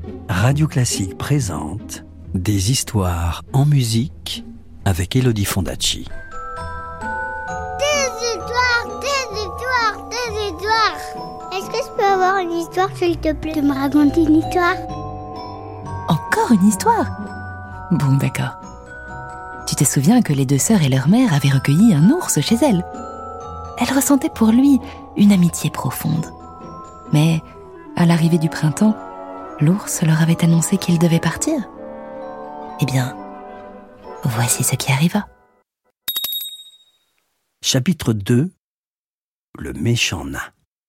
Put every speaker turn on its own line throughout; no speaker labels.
Radio Classique présente Des histoires en musique avec Elodie Fondacci.
Des histoires. Est-ce que je peux avoir une histoire, s'il te plaît, de me raconter une histoire?
Encore une histoire? Bon, d'accord. Tu te souviens que les deux sœurs et leur mère avaient recueilli un ours chez elles. Elles ressentaient pour lui une amitié profonde. Mais, à l'arrivée du printemps, l'ours leur avait annoncé qu'il devait partir. Eh bien, voici ce qui arriva.
Chapitre 2. Le méchant nain.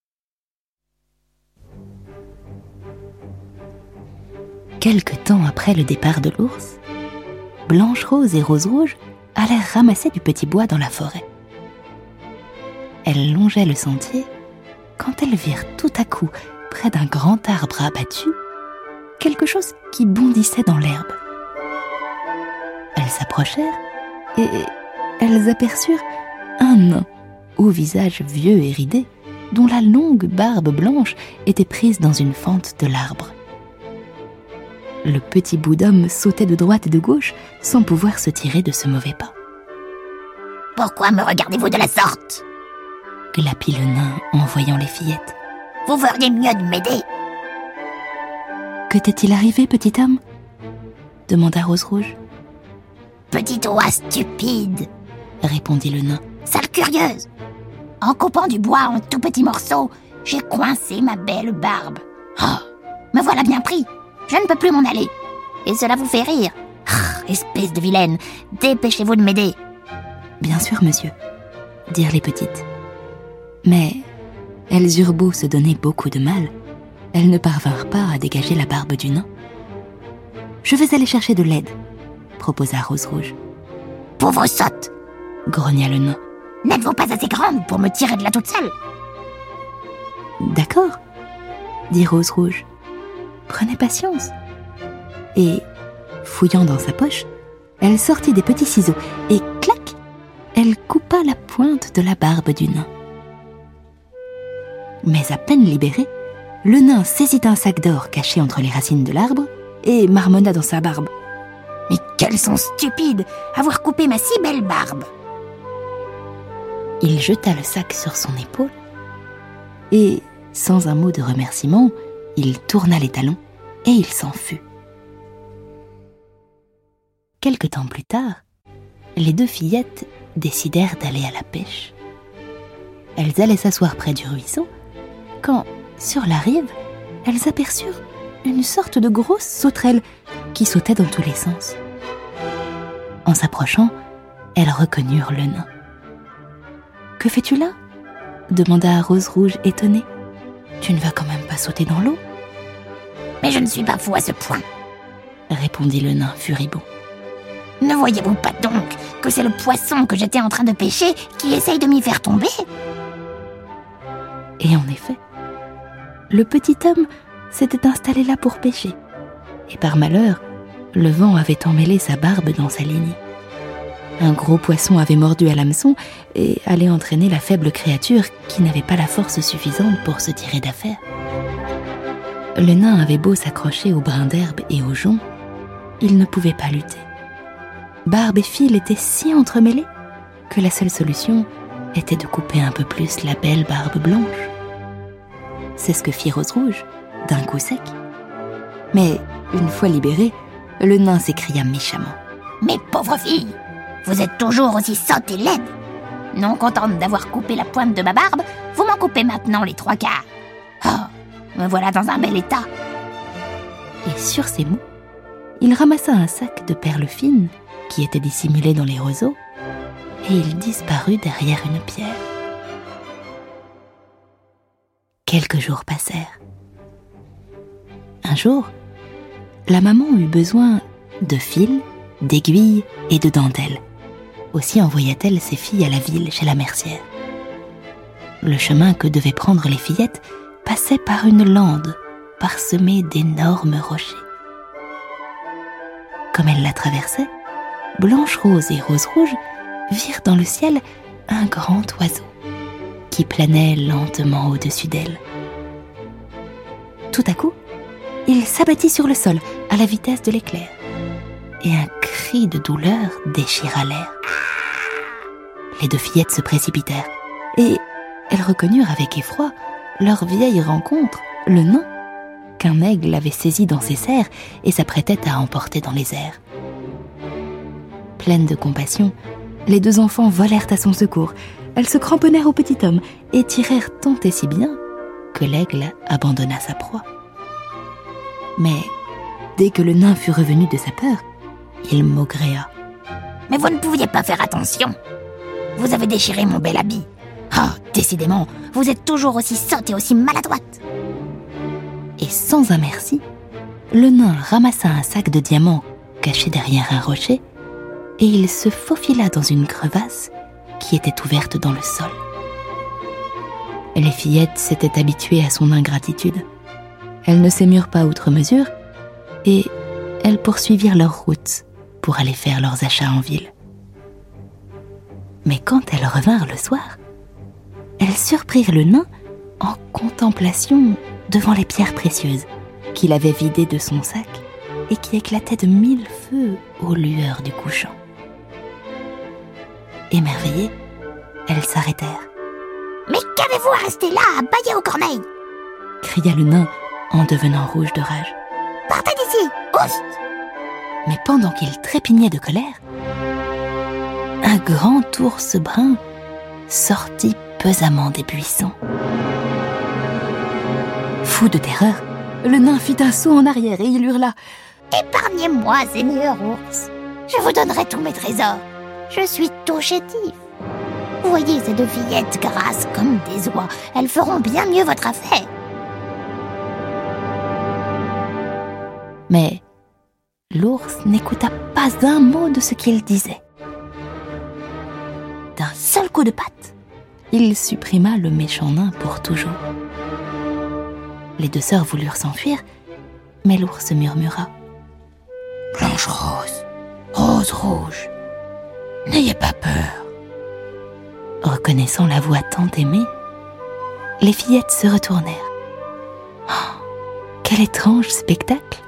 Quelque temps après le départ de l'ours, Blanche-Rose et Rose-Rouge allèrent ramasser du petit bois dans la forêt. Elles longeaient le sentier quand elles virent tout à coup, près d'un grand arbre abattu, quelque chose qui bondissait dans l'herbe. Elles s'approchèrent et elles aperçurent un nain au visage vieux et ridé, dont la longue barbe blanche était prise dans une fente de l'arbre. Le petit bout d'homme sautait de droite et de gauche sans pouvoir se tirer de ce mauvais pas.
« Pourquoi me regardez-vous de la sorte ?»
glapit le nain en voyant les fillettes.
« Vous feriez mieux de m'aider !»
« Que t'est-il arrivé, petit homme ?» demanda Rose-Rouge.
« Petite oie stupide !» répondit le nain. « Sale curieuse ! En coupant du bois en tout petits morceaux, j'ai coincé ma belle barbe. Oh, me voilà bien pris. Je ne peux plus m'en aller. Et cela vous fait rire. Espèce de vilaine, dépêchez-vous de m'aider. »
« Bien sûr, monsieur, » dirent les petites. Mais elles eurent beau se donner beaucoup de mal, elles ne parvinrent pas à dégager la barbe du nain. « Je vais aller chercher de l'aide, » proposa Rose-Rouge.
« Pauvre sotte !»
grogna le nain.
« N'êtes-vous pas assez grande pour me tirer de là toute seule ?»«
D'accord, » dit Rose-Rouge. « Prenez patience. » Et, fouillant dans sa poche, elle sortit des petits ciseaux et clac, elle coupa la pointe de la barbe du nain. Mais à peine libéré, le nain saisit un sac d'or caché entre les racines de l'arbre et marmonna dans sa barbe.
« Mais qu'elles sont stupides, avoir coupé ma si belle barbe !»
Il jeta le sac sur son épaule et, sans un mot de remerciement, il tourna les talons et il s'en fut. Quelque temps plus tard, les deux fillettes décidèrent d'aller à la pêche. Elles allaient s'asseoir près du ruisseau quand, sur la rive, elles aperçurent une sorte de grosse sauterelle qui sautait dans tous les sens. En s'approchant, elles reconnurent le nain. « Que fais-tu là ?» demanda Rose-Rouge étonnée. « Tu ne vas quand même pas sauter dans l'eau ?» ?»«
Mais je ne suis pas fou à ce point, »
répondit le nain furibond.
« Ne voyez-vous pas donc que c'est le poisson que j'étais en train de pêcher qui essaye de m'y faire tomber ?»
Et en effet, le petit homme s'était installé là pour pêcher. Et par malheur, le vent avait emmêlé sa barbe dans sa ligne. Un gros poisson avait mordu à l'hameçon et allait entraîner la faible créature qui n'avait pas la force suffisante pour se tirer d'affaire. Le nain avait beau s'accrocher aux brins d'herbe et aux joncs, il ne pouvait pas lutter. Barbe et fil étaient si entremêlés que la seule solution était de couper un peu plus la belle barbe blanche. C'est ce que fit Rose-Rouge, d'un coup sec. Mais, une fois libéré, le nain s'écria méchamment.
« Mes pauvres filles, vous êtes toujours aussi sottes et laides. Non contente d'avoir coupé la pointe de ma barbe, vous m'en coupez maintenant les 3/4. Oh, me voilà dans un bel état. »
Et sur ces mots, il ramassa un sac de perles fines qui était dissimulé dans les roseaux et il disparut derrière une pierre. Quelques jours passèrent. Un jour, la maman eut besoin de fils, d'aiguilles et de dentelles. Aussi envoya-t-elle ses filles à la ville chez la mercière. Le chemin que devaient prendre les fillettes passait par une lande parsemée d'énormes rochers. Comme elles la traversaient, Blanche-Rose et Rose-Rouge virent dans le ciel un grand oiseau qui planait lentement au-dessus d'elles. Tout à coup, il s'abattit sur le sol à la vitesse de l'éclair. Et un cri de douleur déchira l'air. Les 2 fillettes se précipitèrent et elles reconnurent avec effroi leur vieille rencontre, le nain, qu'un aigle avait saisi dans ses serres et s'apprêtait à emporter dans les airs. Pleines de compassion, les 2 enfants volèrent à son secours. Elles se cramponnèrent au petit homme et tirèrent tant et si bien que l'aigle abandonna sa proie. Mais dès que le nain fut revenu de sa peur, il maugréa.
« Mais vous ne pouviez pas faire attention. Vous avez déchiré mon bel habit. Oh, décidément, vous êtes toujours aussi sotte et aussi maladroite. »
Et sans un merci, le nain ramassa un sac de diamants caché derrière un rocher et il se faufila dans une crevasse qui était ouverte dans le sol. Les fillettes s'étaient habituées à son ingratitude. Elles ne s'émurent pas outre mesure et elles poursuivirent leur route pour aller faire leurs achats en ville. Mais quand elles revinrent le soir, elles surprirent le nain en contemplation devant les pierres précieuses qu'il avait vidées de son sac et qui éclataient de 1000 feux aux lueurs du couchant. Émerveillées, elles s'arrêtèrent.
« Mais qu'avez-vous à rester là, à bâiller aux corneilles ?»
cria le nain en devenant rouge de rage.
« Partez d'ici, oust !»
Mais pendant qu'il trépignait de colère, un grand ours brun sortit pesamment des buissons. Fou de terreur, le nain fit un saut en arrière et il hurla
« Épargnez-moi, seigneur ours. Je vous donnerai tous mes trésors. Je suis tout chétif. Vous voyez ces 2 fillettes grasses comme des oies. Elles feront bien mieux votre affaire. »
Mais l'ours n'écouta pas un mot de ce qu'il disait. D'un seul coup de patte, il supprima le méchant nain pour toujours. Les 2 sœurs voulurent s'enfuir, mais l'ours murmura « Blanche rose, rose rouge, n'ayez pas peur. » Reconnaissant la voix tant aimée, les fillettes se retournèrent. Oh, quel étrange spectacle!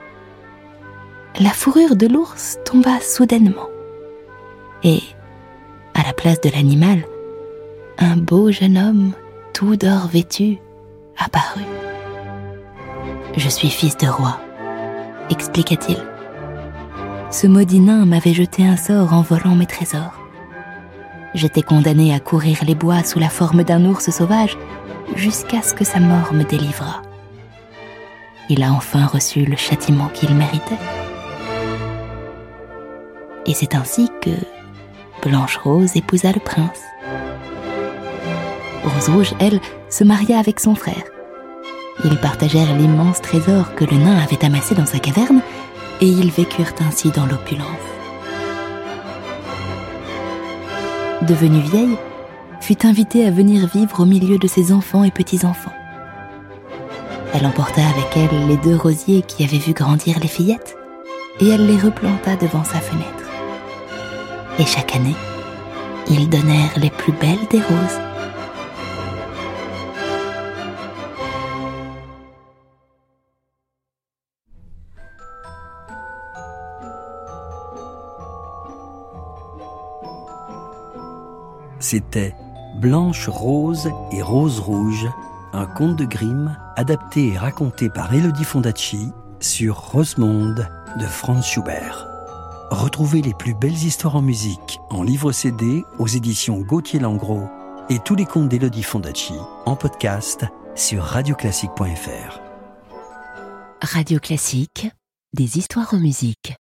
La fourrure de l'ours tomba soudainement. Et, à la place de l'animal, un beau jeune homme, tout d'or vêtu, apparut. « Je suis fils de roi », expliqua-t-il. « Ce maudit nain m'avait jeté un sort en volant mes trésors. J'étais condamné à courir les bois sous la forme d'un ours sauvage jusqu'à ce que sa mort me délivrât. Il a enfin reçu le châtiment qu'il méritait. Et c'est ainsi que Blanche-Rose épousa le prince. Rose-Rouge, elle, se maria avec son frère. Ils partagèrent l'immense trésor que le nain avait amassé dans sa caverne et ils vécurent ainsi dans l'opulence. Devenue vieille, fut invitée à venir vivre au milieu de ses enfants et petits-enfants. Elle emporta avec elle les 2 rosiers qui avaient vu grandir les fillettes et elle les replanta devant sa fenêtre. Et chaque année, ils donnèrent les plus belles des roses.
C'était Blanche Rose et Rose Rouge, un conte de Grimm adapté et raconté par Elodie Fondacci sur Rosemonde de Franz Schubert. Retrouvez les plus belles histoires en musique en livre CD aux éditions Gauthier-Langros et tous les contes d'Elodie Fondacci en podcast sur radioclassique.fr.
Radio Classique, des histoires en musique.